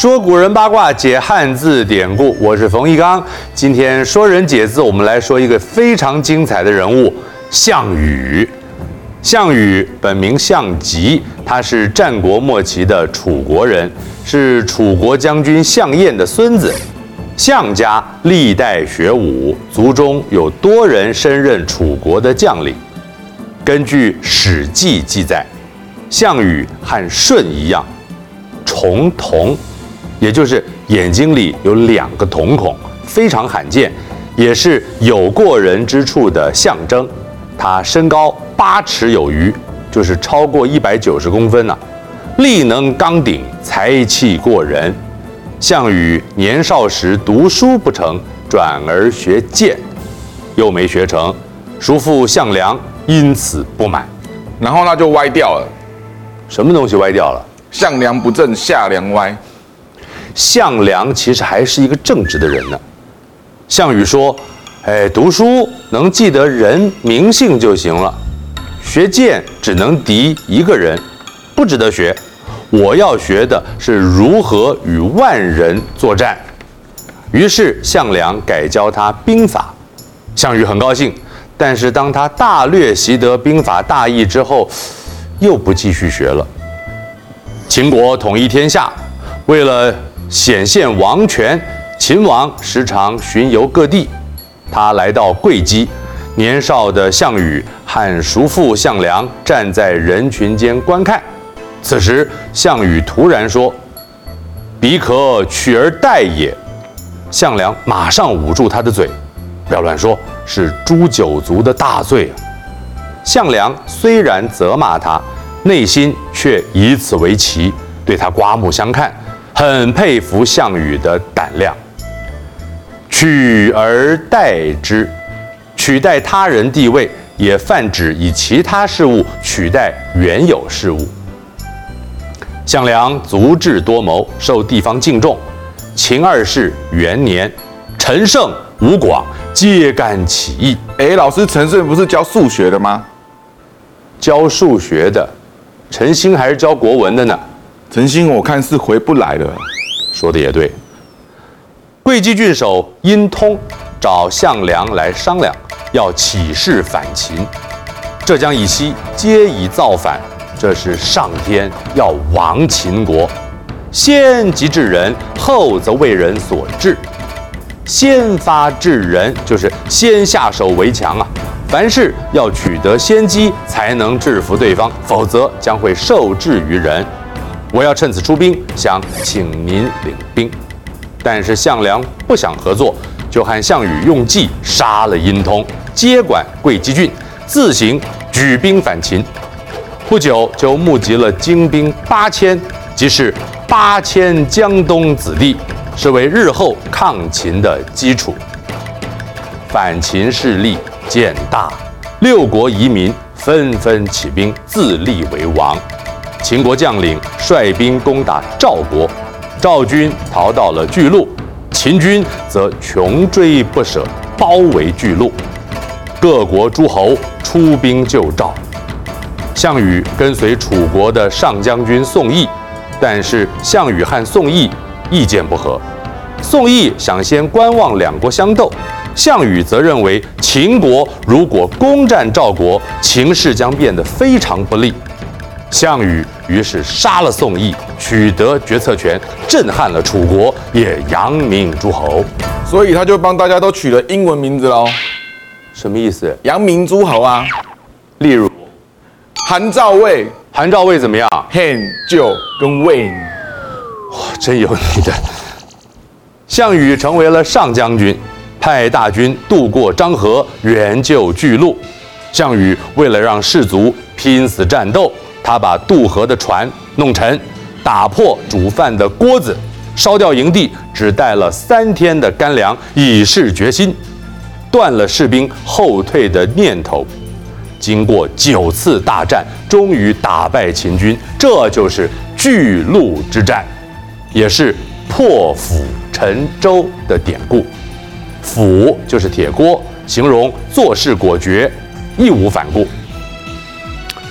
说古人八卦，解汉字典故，我是冯一刚。今天说人解字，我们来说一个非常精彩的人物——项羽。项羽本名项籍，他是战国末期的楚国人，是楚国将军项燕的孙子。项家历代学武，族中有多人升任楚国的将领。根据《史记》记载，项羽和舜一样，重瞳，也就是眼睛里有2个瞳孔，非常罕见，也是有过人之处的象征。他身高8尺有余，就是超过190公分呐，力能刚鼎，才气过人。项羽年少时读书不成，转而学剑，又没学成，叔父项梁因此不满， 然后他就歪掉了。 什么东西歪掉了？ 项梁不正下梁歪。 项梁其实还是一个正直的人呢。项羽说：“读书能记得人名姓就行了，学剑只能敌一个人，不值得学。我要学的是如何与万人作战。”于是项梁改教他兵法。项羽很高兴，但是当他大略习得兵法大意之后，又不继续学了。秦国统一天下，为了显现王权，秦王时常巡游各地。他来到会稽，年少的项羽和叔父项梁站在人群间观看。此时，项羽突然说：“彼可取而代也。”项梁马上捂住他的嘴，不要乱说，是诛九族的大罪啊！项梁虽然责骂他，内心却以此为奇，对他刮目相看，很佩服项羽的胆量。取而代之，取代他人地位，也泛指以其他事物取代原有事物。项梁足智多谋，受地方敬重。秦2世元年，陈胜、吴广揭竿起义。 老师，陈胜不是教数学的吗？ 教数学的，陈兴还是教国文的呢。 陈兴我看是回不来了。 说的也对。会稽郡守殷通找项梁来商量，要起事反秦。浙江以西皆已造反，这是上天要亡秦国。先即治人，后则为人所治。先发制人，就是先下手为强啊！凡事要取得先机，才能制服对方，否则将会受制于人。我要趁此出兵，想请您领兵。但是项梁不想合作，就和项羽用计杀了殷通，接管会稽郡，自行举兵反秦。不久就募集了精兵8000，即是8000江东子弟，是为日后抗秦的基础。反秦势力渐大，6国移民纷纷起兵，自立为王。秦国将领率兵攻打赵国，赵军逃到了巨鹿，秦军则穷追不舍，包围巨鹿。各国诸侯出兵救赵。项羽跟随楚国的上将军宋义，但是项羽和宋义意见不合。宋义想先观望2国相斗，项羽则认为秦国如果攻占赵国，情势将变得非常不利。项羽于是杀了宋义，取得决策权，震撼了楚国，也扬名诸侯。 所以他就帮大家都取了英文名字喽。 什么意思？ 扬名诸侯啊。 例如韩赵魏。 韩赵魏怎么样？ Han、旧跟 Wayne。 真有你的。项羽成为了上将军，派大军渡过漳河，援救巨鹿。项羽为了让士卒拼死战斗，他把渡河的船弄沉，打破煮饭的锅子，烧掉营地，只带了3天的干粮，以示决心，断了士兵后退的念头。经过9次大战，终于打败秦军，这就是巨鹿之战，也是破釜沉舟的典故。釜就是铁锅，形容做事果决，义无反顾。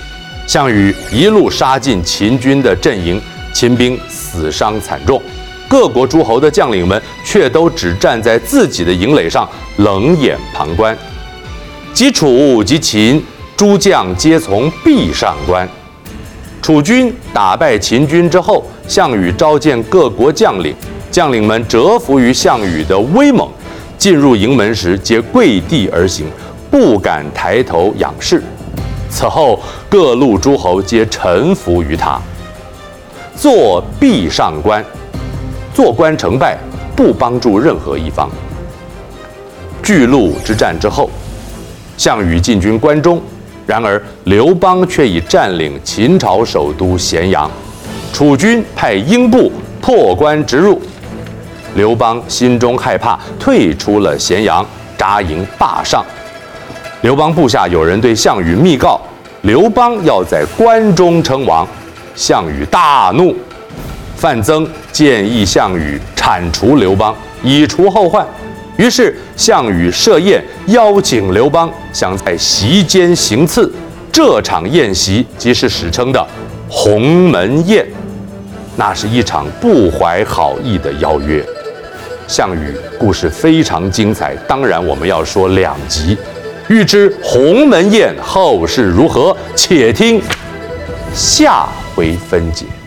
项羽一路杀进秦军的阵营，秦兵死伤惨重。 各国诸侯的将领们却都只站在自己的营垒上，冷眼旁观。及楚及秦，诸将皆从壁上观。楚军打败秦军之后，项羽召见各国将领，将领们折服于项羽的威猛，进入营门时皆跪地而行，不敢抬头仰视。此后，各路诸侯皆臣服于他。坐壁上观，坐观成败，不帮助任何一方。巨鹿之战之后，项羽进军关中，然而刘邦却已占领秦朝首都咸阳，楚军派英布破关直入，刘邦心中害怕，退出了咸阳，扎营霸上。刘邦部下有人对项羽密告，刘邦要在关中称王。项羽大怒，范增建议项羽铲除刘邦，以除后患。于是项羽设宴邀请刘邦，想在席间行刺。这场宴席即是史称的鸿门宴，那是一场不怀好意的邀约。项羽故事非常精彩，当然我们要说2集。欲知鸿门宴后事如何，且听下回分解。